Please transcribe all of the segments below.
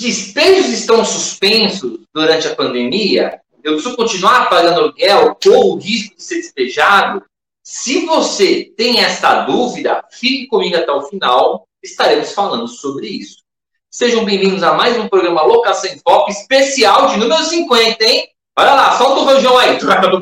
despejos estão suspensos durante a pandemia? Eu preciso continuar pagando aluguel? Corro o risco de ser despejado? Se você tem essa dúvida, fique comigo até o final, estaremos falando sobre isso. Sejam bem-vindos a mais um programa Locação em Foco, especial de número 50, hein? Olha lá, solta o rojão aí.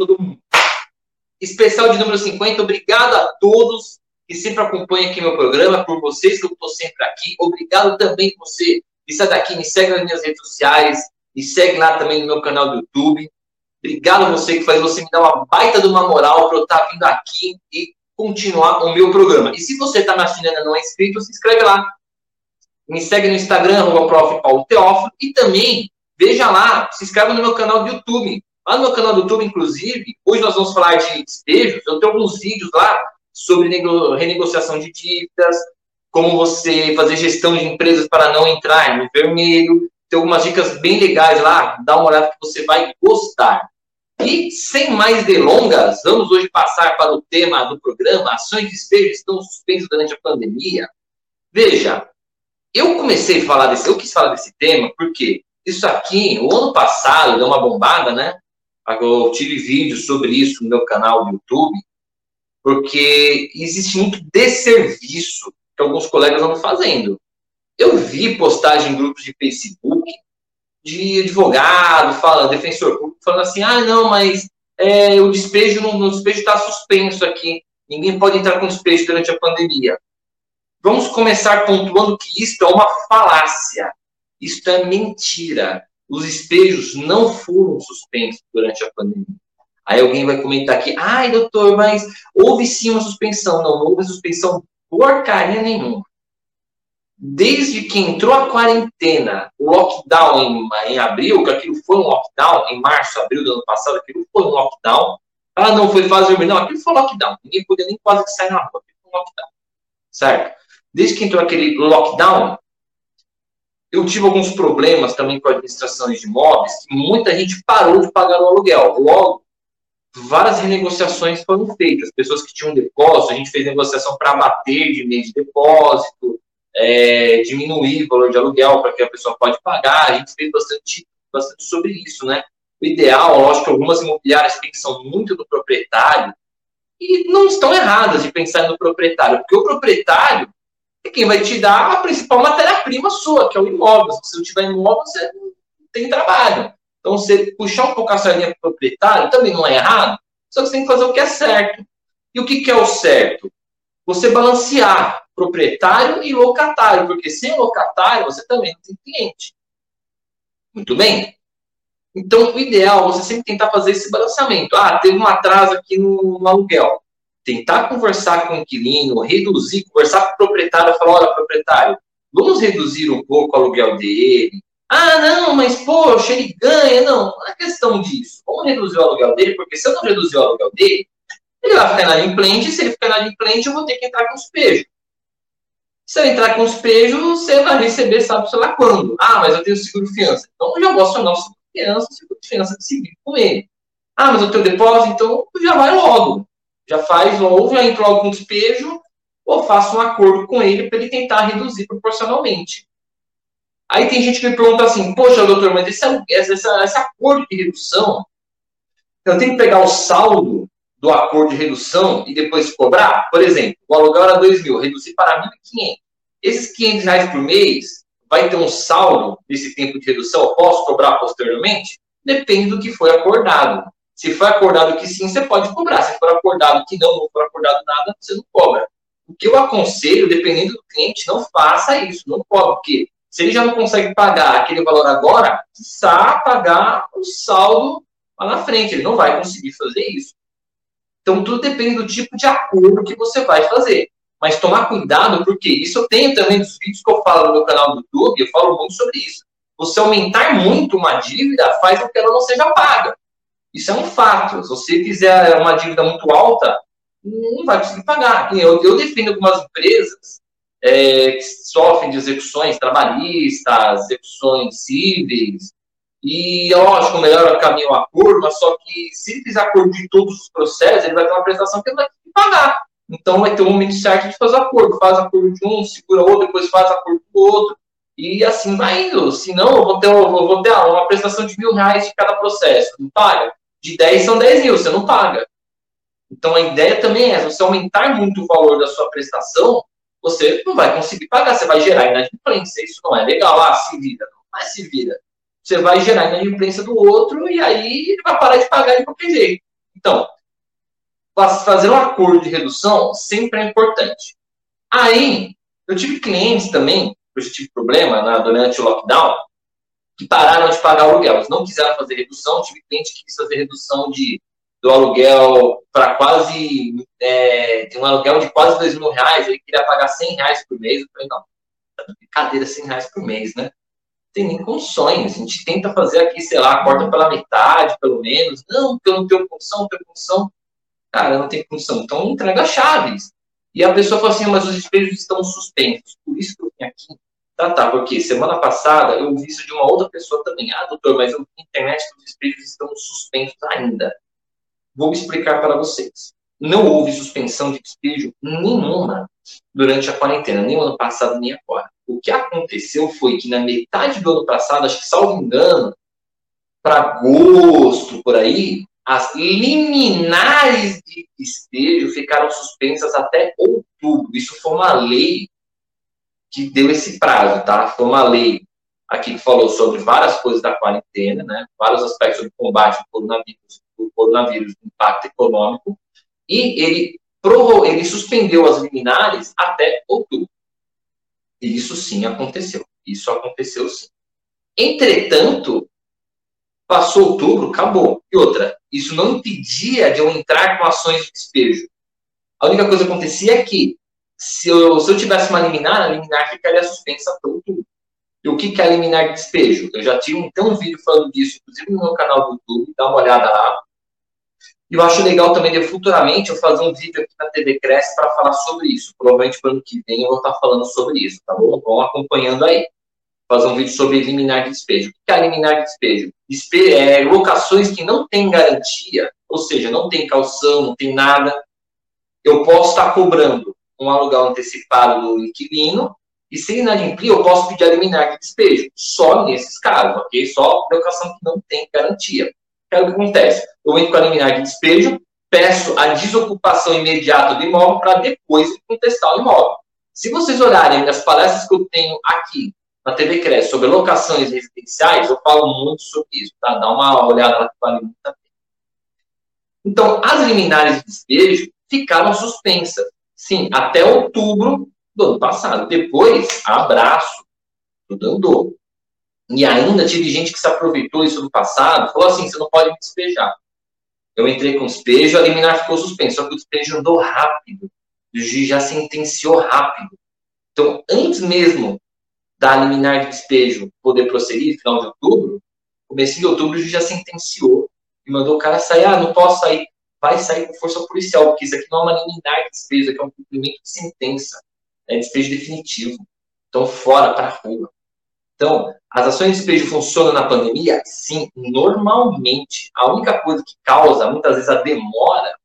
Especial de número 50, obrigado a todos que sempre acompanham aqui meu programa, por vocês que eu estou sempre aqui. Obrigado também por você que está daqui, me segue nas minhas redes sociais, me segue lá também no meu canal do YouTube. Obrigado a você que faz você me dar uma baita de uma moral para eu estar vindo aqui e continuar o meu programa. E se você está me assistindo e ainda não é inscrito, se inscreve lá. Me segue no Instagram, @prof. Paulo Teófilo, e também, veja lá, se inscreve no meu canal do YouTube. Lá no meu canal do YouTube, inclusive, hoje nós vamos falar de despejos, eu tenho alguns vídeos lá sobre renegociação de dívidas, como você fazer gestão de empresas para não entrar no vermelho. Tem algumas dicas bem legais lá, dá uma olhada que você vai gostar. E, sem mais delongas, vamos hoje passar para o tema do programa, ações de despejo estão suspensas durante a pandemia. Veja, eu quis falar desse tema porque isso aqui, o ano passado, deu uma bombada, né? Eu tive vídeos sobre isso no meu canal do YouTube, porque existe muito desserviço que alguns colegas andam fazendo. Eu vi postagem em grupos de Facebook de advogado, defensor público, falando assim, não, mas o despejo está suspenso aqui, ninguém pode entrar com despejo durante a pandemia. Vamos começar pontuando que isto é uma falácia, isto é mentira. Os despejos não foram suspensos durante a pandemia. Aí alguém vai comentar aqui, doutor, mas houve sim uma suspensão. Não houve suspensão porcaria nenhuma. Desde que entrou a quarentena, o lockdown em abril, que aquilo foi um lockdown, em março, abril do ano passado, aquilo foi um lockdown. Não foi fase vermelha, não, aquilo foi lockdown. Ninguém podia nem quase sair na rua, aquilo foi um lockdown. Certo? Desde que entrou aquele lockdown, eu tive alguns problemas também com a administração de imóveis, que muita gente parou de pagar o aluguel. Logo, várias renegociações foram feitas. Pessoas que tinham depósito, a gente fez negociação para abater de mês de depósito, diminuir o valor de aluguel para que a pessoa pode pagar. A gente fez bastante sobre isso, né? O ideal, lógico que algumas imobiliárias pensam muito no proprietário e não estão erradas de pensar no proprietário, porque o proprietário é quem vai te dar a principal matéria-prima sua, que é o imóvel. Se você não tiver imóvel, você não tem trabalho. Então, você puxar um pouco a sardinha para o proprietário também não é errado, só que você tem que fazer o que é certo. E o que é o certo? Você balancear proprietário e locatário, porque sem locatário você também não tem cliente. Muito bem? Então, o ideal é você sempre tentar fazer esse balanceamento. Teve um atraso aqui no aluguel. Tentar conversar com o inquilino, conversar com o proprietário, falar, olha, proprietário, vamos reduzir um pouco o aluguel dele. Não, mas, poxa, ele ganha. Não é questão disso. Vamos reduzir o aluguel dele, porque se eu não reduzir o aluguel dele, ele vai ficar inadimplente, e se ele ficar inadimplente, eu vou ter que entrar com despejo. Se eu entrar com despejo, você vai receber, sabe, sei lá quando. Mas eu tenho seguro-fiança. Então, eu já vou acionar o seguro-fiança de seguir com ele. Mas eu tenho depósito, então já vai logo. Já faz, ou já entra logo com despejo, ou faço um acordo com ele para ele tentar reduzir proporcionalmente. Aí tem gente que me pergunta assim, poxa, doutor, mas esse acordo de redução, eu tenho que pegar o saldo do acordo de redução e depois cobrar? Por exemplo, o aluguel era 2.000, reduzir para 1.500. Esses R$500 por mês vai ter um saldo desse tempo de redução, eu posso cobrar posteriormente? Depende do que foi acordado. Se for acordado que sim, você pode cobrar. Se for acordado que não for acordado nada, você não cobra. O que eu aconselho, dependendo do cliente, não faça isso, não cobre, porque se ele já não consegue pagar aquele valor agora, precisa pagar o saldo lá na frente. Ele não vai conseguir fazer isso. Então, tudo depende do tipo de acordo que você vai fazer. Mas tomar cuidado, porque isso eu tenho também nos vídeos que eu falo no meu canal do YouTube, eu falo muito sobre isso. Você aumentar muito uma dívida faz com que ela não seja paga. Isso é um fato. Se você fizer uma dívida muito alta, não vai conseguir pagar. Eu defendo algumas empresas que sofrem de execuções trabalhistas, execuções cíveis, e, lógico, o melhor caminho é o acordo, mas só que se ele fizer acordo de todos os processos, ele vai ter uma prestação que ele vai ter que pagar. Então, vai ter um momento certo de fazer acordo. Faz acordo de um, segura outro, depois faz acordo do outro. E assim vai indo. Senão, eu vou ter uma prestação de R$ 1.000 de cada processo. Não paga? De 10 são 10 mil, você não paga. Então, a ideia também é, se você aumentar muito o valor da sua prestação, você não vai conseguir pagar, você vai gerar inadimplência. Isso não é legal. Ah, se vira. Não é se vira. Você vai gerar inadimplência do outro e aí ele vai parar de pagar de qualquer jeito. Então, fazer um acordo de redução sempre é importante. Aí, eu tive clientes também, com esse tipo de problema, durante o lockdown, que pararam de pagar o aluguel. Eles não quiseram fazer redução. Tive cliente que quis fazer redução do aluguel para quase, de um aluguel de quase R$ 2.000. Ele queria pagar R$ 100 por mês. Eu falei, não, tá brincadeira, R$ 100 por mês, né? Não tem nem condições. A gente tenta fazer aqui, sei lá, corta pela metade, pelo menos. Não, porque eu não tenho condição, não tenho condição. Cara, não tem condição. Então, entrega chaves. E a pessoa fala assim, mas os despejos estão suspensos. Por isso que eu vim aqui. Tá, porque semana passada eu ouvi isso de uma outra pessoa também. Ah, doutor, mas eu vi na internet que os despejos estão suspensos ainda. Vou explicar para vocês. Não houve suspensão de despejo nenhuma durante a quarentena, nem o ano passado, nem agora. O que aconteceu foi que na metade do ano passado, acho que salvo engano, para agosto, por aí, as liminares de despejo ficaram suspensas até outubro. Isso foi uma lei que deu esse prazo, tá? Foi uma lei aqui que falou sobre várias coisas da quarentena, né? Vários aspectos sobre o combate ao coronavírus, do impacto econômico, e ele suspendeu as liminares até outubro. E isso sim aconteceu. Isso aconteceu sim. Entretanto, passou outubro, acabou. E outra, isso não impedia de eu entrar com ações de despejo. A única coisa que acontecia é que, se eu tivesse uma liminar, a liminar ficaria suspensa até outubro. E o que é a liminar de despejo? Eu já tive um vídeo falando disso, inclusive no meu canal do YouTube, dá uma olhada lá. E eu acho legal também, de futuramente, eu fazer um vídeo aqui na TV Cresce para falar sobre isso. Provavelmente, para o ano que vem, eu vou estar falando sobre isso, tá bom? Vão acompanhando aí. Fazer um vídeo sobre liminar de despejo. O que é a liminar de despejo? Locações que não têm garantia, ou seja, não tem calção, não tem nada. Eu posso estar cobrando um aluguel antecipado do inquilino, e se ele inadimplir, eu posso pedir a liminar de despejo. Só nesses casos, ok? Só locação que não tem garantia. O que acontece? Eu entro com a liminar de despejo, peço a desocupação imediata do imóvel para depois contestar o imóvel. Se vocês olharem nas palestras que eu tenho aqui na TV Cresce sobre locações residenciais, eu falo muito sobre isso, tá? Dá uma olhada lá que vale muito a pena. Então, as liminares de despejo ficaram suspensas, sim, até outubro do ano passado. Depois, abraço, tudo andou. E ainda tive gente que se aproveitou isso do passado, falou assim, você não pode me despejar. Eu entrei com despejo, a liminar ficou suspensa, só que o despejo andou rápido. O juiz já sentenciou rápido. Então, antes mesmo da liminar de despejo poder prosseguir, final de outubro, começo de outubro, o juiz já sentenciou e mandou o cara sair. Ah, não posso sair. Vai sair com força policial, porque isso aqui não é uma liminar de despejo, aqui é um cumprimento de sentença. É despejo definitivo. Então, fora, para a rua. Então, as ações de despejo funcionam na pandemia? Sim, normalmente. A única coisa que causa, muitas vezes, a demora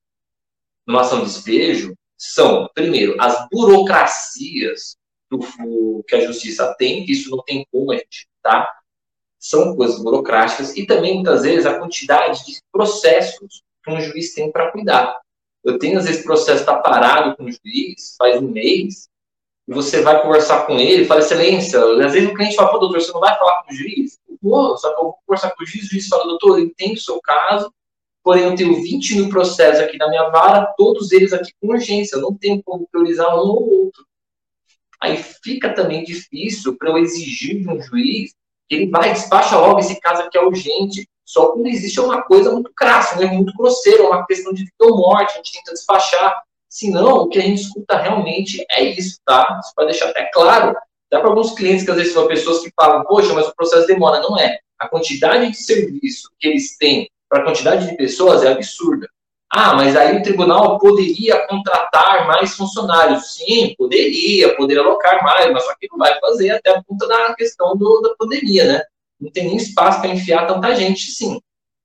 numa ação de despejo são, primeiro, as burocracias que a justiça tem, que isso não tem como a gente evitar, são coisas burocráticas, e também, muitas vezes, a quantidade de processos que um juiz tem para cuidar. Eu tenho, às vezes, o processo está parado com o juiz, faz um mês, e você vai conversar com ele, fala, excelência, às vezes o cliente fala, pô, doutor, você não vai falar com o juiz? Pô, só que eu vou conversar com o juiz fala, doutor, eu entendo o seu caso, porém eu tenho 20 mil processos aqui na minha vara, todos eles aqui com urgência, eu não tenho como priorizar um ou outro. Aí fica também difícil para eu exigir de um juiz que ele vai, despacha logo esse caso aqui é urgente, só quando existe uma coisa muito crassa, né, muito grosseira, uma questão de vida ou morte, a gente tenta despachar. Senão, o que a gente escuta realmente é isso, tá? Isso pode deixar até claro. Dá para alguns clientes que às vezes são pessoas que falam, poxa, mas o processo demora. Não é. A quantidade de serviço que eles têm para a quantidade de pessoas é absurda. Ah, mas aí o tribunal poderia contratar mais funcionários. Sim, poderia alocar mais, mas só que não vai fazer até a conta da questão da pandemia, né? Não tem nem espaço para enfiar tanta gente, sim.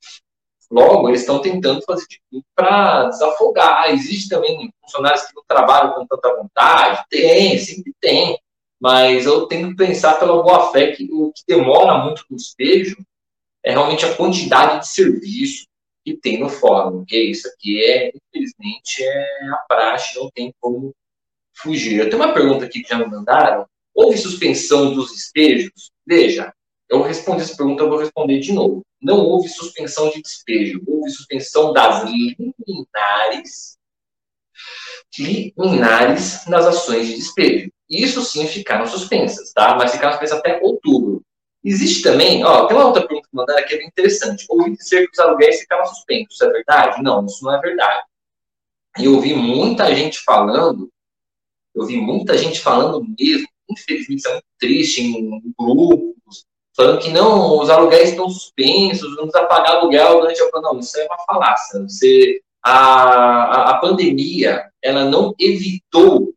Logo, eles estão tentando fazer de tudo para desafogar. Existe também funcionários que não trabalham com tanta vontade? Tem, sempre tem. mas eu tenho que pensar pela boa fé que o que demora muito no despejo é realmente a quantidade de serviço que tem no fórum, que isso aqui infelizmente, a praxe, não tem como fugir. Eu tenho uma pergunta aqui que já me mandaram. Houve suspensão dos despejos? Veja, eu respondi essa pergunta, eu vou responder de novo. Não houve suspensão de despejo, houve suspensão das liminares nas ações de despejo. Isso sim ficaram suspensas, tá? Mas ficaram suspensas até outubro. Existe também, tem uma outra pergunta que mandaram que é bem interessante. Ouvi dizer que os aluguéis ficaram suspensos, isso é verdade? Não, isso não é verdade. E eu vi muita gente falando mesmo, infelizmente isso é muito triste, em grupos, falando que não, os aluguéis estão suspensos, não precisa pagar aluguel durante a pandemia. Não, isso é uma falácia. A pandemia, ela não evitou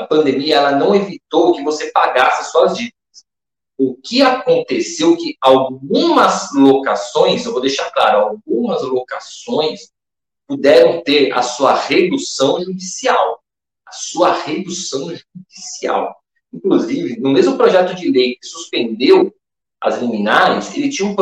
que você pagasse suas dívidas. O que aconteceu que algumas locações, eu vou deixar claro, algumas locações puderam ter a sua redução judicial. Inclusive, no mesmo projeto de lei que suspendeu as liminares, ele tinha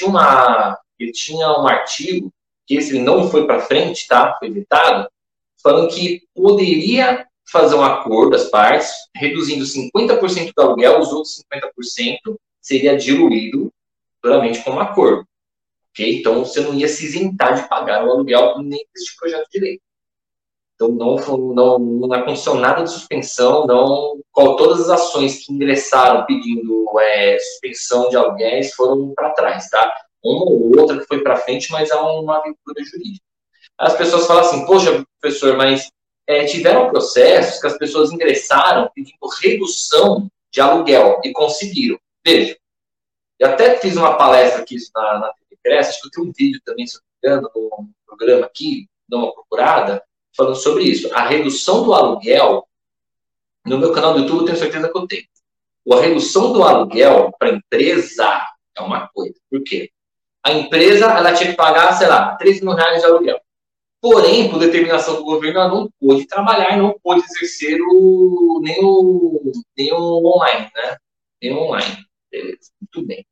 um artigo, que esse não foi para frente, tá? Foi vetado, falando que poderia fazer um acordo das partes, reduzindo 50% do aluguel, os outros 50% seria diluído duramente como acordo. Okay? Então, você não ia se isentar de pagar o aluguel nem desse projeto de lei. Então, não aconteceu nada de suspensão, todas as ações que ingressaram pedindo suspensão de aluguéis foram para trás, tá? Uma ou outra que foi para frente, mas há uma aventura jurídica. As pessoas falam assim, poxa, professor, mas tiveram processos que as pessoas ingressaram pedindo redução de aluguel e conseguiram. Veja, eu até fiz uma palestra aqui na TV Cresce, acho que eu tenho um vídeo também, se não me engano, no programa aqui, dá uma procurada, falando sobre isso. A redução do aluguel, no meu canal do YouTube eu tenho certeza que eu tenho. A redução do aluguel para a empresa é uma coisa. Por quê? A empresa ela tinha que pagar, sei lá, R$3.000 de aluguel. Porém, por determinação do governo, ela não pôde trabalhar, não pôde exercer nem o online, né? Nem o online. Beleza, muito bem.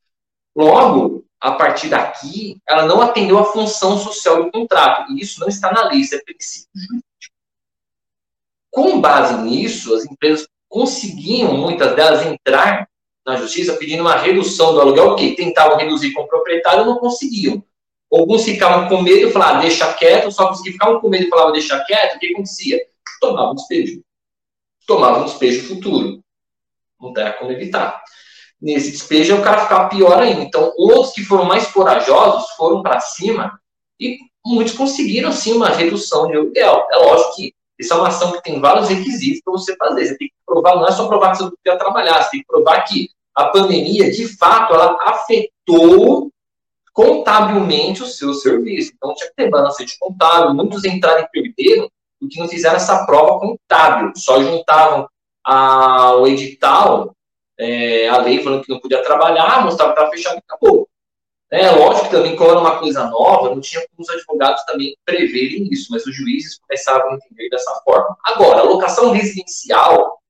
Logo, a partir daqui, ela não atendeu a função social do contrato. E isso não está na lei, isso é princípio jurídico. Com base nisso, as empresas conseguiam, muitas delas, entrar na justiça pedindo uma redução do aluguel, porque tentavam reduzir com o proprietário e não conseguiam. Alguns ficavam com medo e falavam, deixa quieto, só que os que ficavam com medo e falavam, deixa quieto, o que acontecia? Tomavam despejo. Tomavam despejo futuro. Não dá como evitar. Nesse despejo, o cara ficava pior ainda. Então, outros que foram mais corajosos foram para cima e muitos conseguiram, sim, uma redução de aluguel. É lógico que isso é uma ação que tem vários requisitos para você fazer. Você tem que provar, não é só provar que você não podia trabalhar, você tem que provar que a pandemia, de fato, ela afetou contabilmente o seu serviço. Então, tinha que ter balancete contábil. Muitos entraram e perderam porque não fizeram essa prova contábil. Só juntavam o edital, a lei falando que não podia trabalhar, mostrava que estava fechado e acabou. Lógico que também, como era uma coisa nova, não tinha como os advogados também preverem isso, mas os juízes começavam a entender dessa forma. Agora, a locação residencial,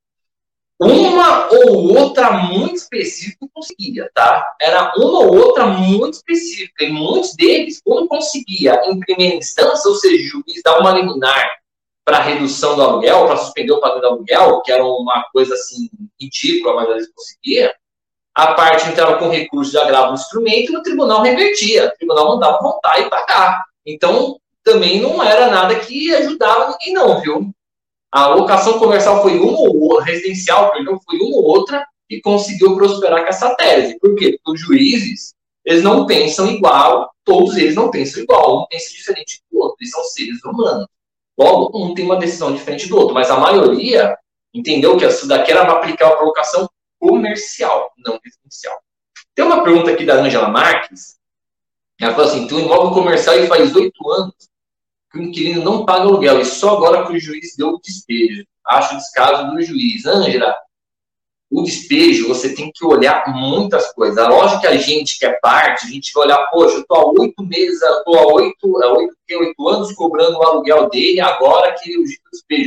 uma ou outra muito específica conseguia, tá? Era uma ou outra muito específica, e muitos deles, quando conseguia em primeira instância, ou seja, o juiz dá uma liminar para redução do aluguel, para suspender o pagamento do aluguel, que era uma coisa assim ridícula, mas eles conseguiam, a parte entrava com recurso de agravo no instrumento e no tribunal revertia. O tribunal mandava voltar e pagar. Então, também não era nada que ajudava ninguém, não, viu? A locação comercial foi uma ou outra, residencial, perdão, foi uma ou outra e conseguiu prosperar com essa tese. Por quê? Porque os juízes, eles não pensam igual, todos eles não pensam igual, um pensa diferente do outro, eles são seres humanos. Logo, um tem uma decisão diferente do outro, mas a maioria entendeu que isso daqui era aplicável para locação comercial, não residencial. Tem uma pergunta aqui da Angela Marques, ela falou assim, tem um imóvel comercial e faz 8 anos que o inquilino não paga aluguel e só agora que o juiz deu o despejo. Acho o descaso do juiz. Ângela, o despejo, você tem que olhar muitas coisas. Lógico que a gente que é parte, a gente vai olhar, poxa, eu estou há 8 meses, estou há 8 anos cobrando o aluguel dele, agora que o juiz deu despejo.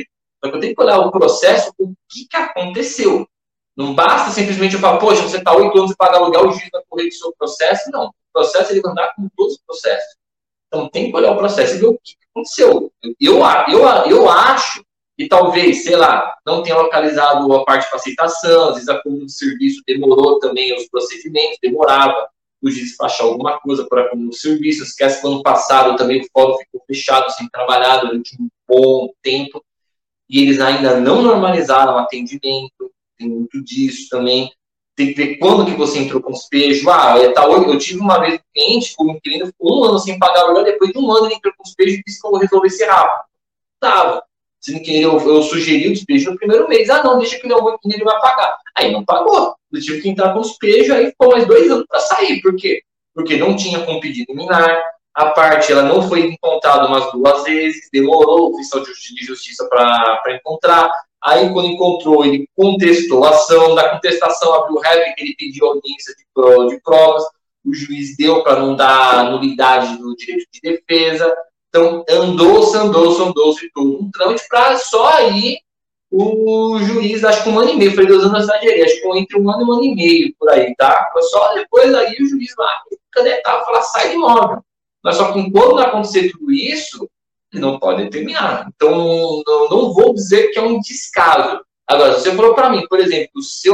Só que eu tenho que olhar o processo, o que aconteceu. Não basta simplesmente eu falar, poxa, você está 8 anos e pagar aluguel, o juiz vai correr do seu processo. Não, o processo ele vai andar como todos os processos. Então tem que olhar o processo e ver o que aconteceu. Eu acho que talvez, sei lá, não tenha localizado a parte de aceitação, às vezes a acúmulo de serviço demorou também, os procedimentos, demorava o juiz despachar alguma coisa por acúmulo de serviço. Esquece que no ano passado também o fórum ficou fechado, sem trabalhar durante um bom tempo, e eles ainda não normalizaram o atendimento, tem muito disso também. Tem que ver quando que você entrou com os peixes. Eu tive uma vez um cliente, como inquilino, ficou 1 ano sem pagar o aluguel, depois de 1 ano ele entrou com os peixes e disse que eu vou resolver esse rápido. Tava. Sendo que eu sugeri o despejo no primeiro mês. Não, deixa que ele é um inquilino, ele vai pagar. Aí não pagou. Eu tive que entrar com os peixes, aí ficou mais 2 anos para sair. Por quê? Porque não tinha com pedido liminar, a parte ela não foi encontrada umas 2 vezes, demorou o oficial de justiça para encontrar. Aí, quando encontrou, ele contestou a ação. Da contestação, abriu réplica, ele pediu audiência de provas. O juiz deu para não dar nulidade do direito de defesa. Então, andou-se todo um trâmite para só aí o juiz, acho que 1 ano e meio, foi 2 anos na cidade, acho que entre 1 ano e 1 ano e meio, por aí, tá? Foi só depois aí o juiz lá canetar e falar, sai de imóvel. Mas só que enquanto não acontecer tudo isso, não pode determinar. Então, não vou dizer que é um descaso. Agora, se você falou para mim, por exemplo,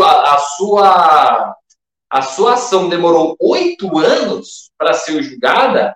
a sua ação demorou 8 anos para ser julgada,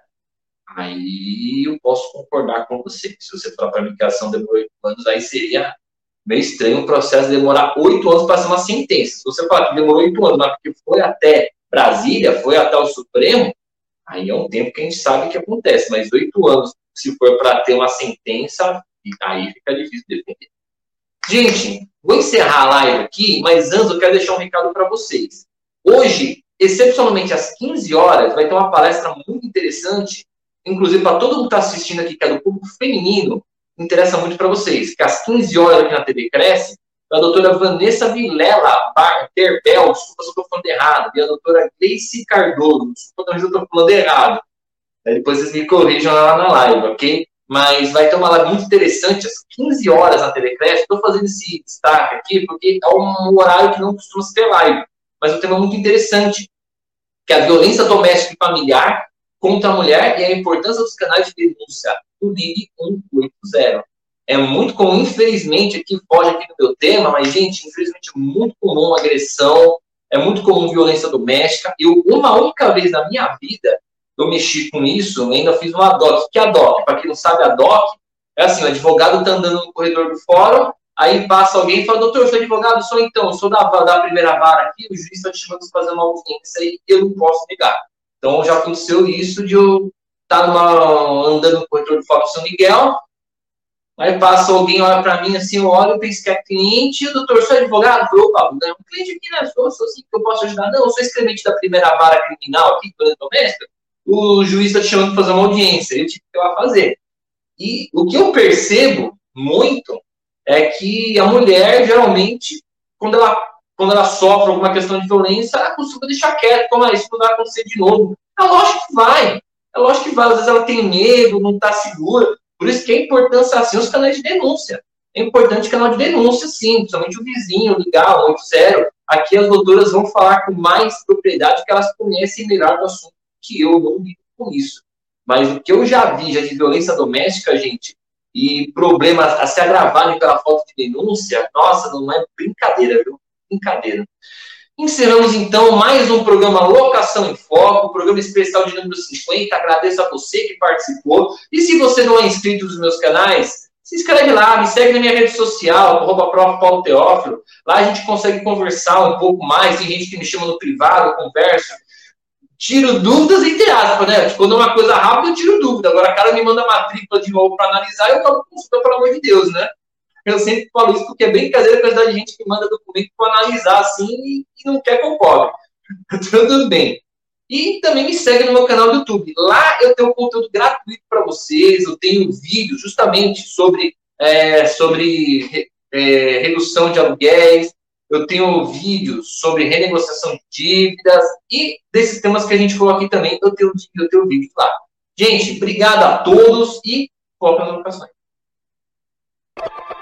aí eu posso concordar com você. Se você falar para mim que a ação demorou 8 anos, aí seria meio estranho o processo demorar 8 anos para ser uma sentença. Se você falar que demorou 8 anos, mas porque foi até Brasília, foi até o Supremo, aí é um tempo que a gente sabe que acontece. Mas 8 anos, se for para ter uma sentença, aí fica difícil defender. Gente, vou encerrar a live aqui, mas antes eu quero deixar um recado para vocês. Hoje, excepcionalmente às 15 horas, vai ter uma palestra muito interessante, inclusive para todo mundo que está assistindo aqui, que é do público feminino, interessa muito para vocês, que às 15 horas aqui na TV Cresce, a doutora Vanessa Vilela Terbel, desculpa se eu estou falando errado, e a doutora Gleice Cardoso, desculpa se eu estou falando errado. Aí depois vocês me corrijam lá na live, ok? Mas vai ter uma live muito interessante às 15 horas na TV Cresce. Estou fazendo esse destaque aqui porque é um horário que não costuma ter live. Mas é um tema muito interessante, que é a violência doméstica e familiar contra a mulher e a importância dos canais de denúncia do Ligue 180. É muito comum, infelizmente, aqui foge aqui do meu tema, mas, gente, infelizmente é muito comum agressão, é muito comum violência doméstica. Uma única vez na minha vida, eu mexi com isso, ainda fiz uma DOC. O que é a DOC? Para quem não sabe, a DOC é assim, o advogado está andando no corredor do fórum, aí passa alguém e fala, doutor, eu sou advogado, sou da primeira vara aqui, o juiz está te chamando para fazer uma audiência e eu não posso negar. Então, já aconteceu isso de eu estar andando no corredor do fórum São Miguel, aí passa alguém, olha para mim assim, eu olho, penso que é cliente, o doutor, sou advogado? Eu falo, opa, um cliente aqui, né? Sou assim, que eu posso ajudar? Não, eu sou escrevente da primeira vara criminal aqui, violência doméstica, o juiz está te chamando para fazer uma audiência, eu tive que ir lá fazer. E o que eu percebo muito é que a mulher, geralmente, quando ela sofre alguma questão de violência, ela costuma deixar quieto, como isso não vai acontecer de novo. É lógico que vai. É lógico que vai. Às vezes ela tem medo, não está segura. Por isso que é importante, assim, os canais de denúncia. É importante o canal de denúncia, sim. Principalmente o vizinho, ligar, 180. Aqui as doutoras vão falar com mais propriedade, porque elas conhecem melhor o assunto que eu não lido com isso. Mas o que eu já vi de violência doméstica, gente, e problemas a se agravarem pela falta de denúncia, nossa, não é brincadeira, viu? Brincadeira. Encerramos, então, mais um programa Locação em Foco, programa especial de número 50. Agradeço a você que participou. E se você não é inscrito nos meus canais, se inscreve lá, me segue na minha rede social, @prof. Paulo Teófilo. Lá a gente consegue conversar um pouco mais. Tem gente que me chama no privado, eu converso. Tiro dúvidas entre aspas, né? Quando é uma coisa rápida, eu tiro dúvida. Agora, a cara me manda a matrícula de novo para analisar, eu falo, consulta, pelo amor de Deus, né? Eu sempre falo isso porque é brincadeira a quantidade de gente que manda documento para analisar assim e não quer que eu cobre. Tudo bem. E também me segue no meu canal do YouTube. Lá eu tenho conteúdo gratuito para vocês. Eu tenho vídeos justamente sobre redução de aluguéis. Eu tenho vídeos sobre renegociação de dívidas e desses temas que a gente falou aqui também, eu tenho vídeo lá. Gente, obrigado a todos e foco nas locações.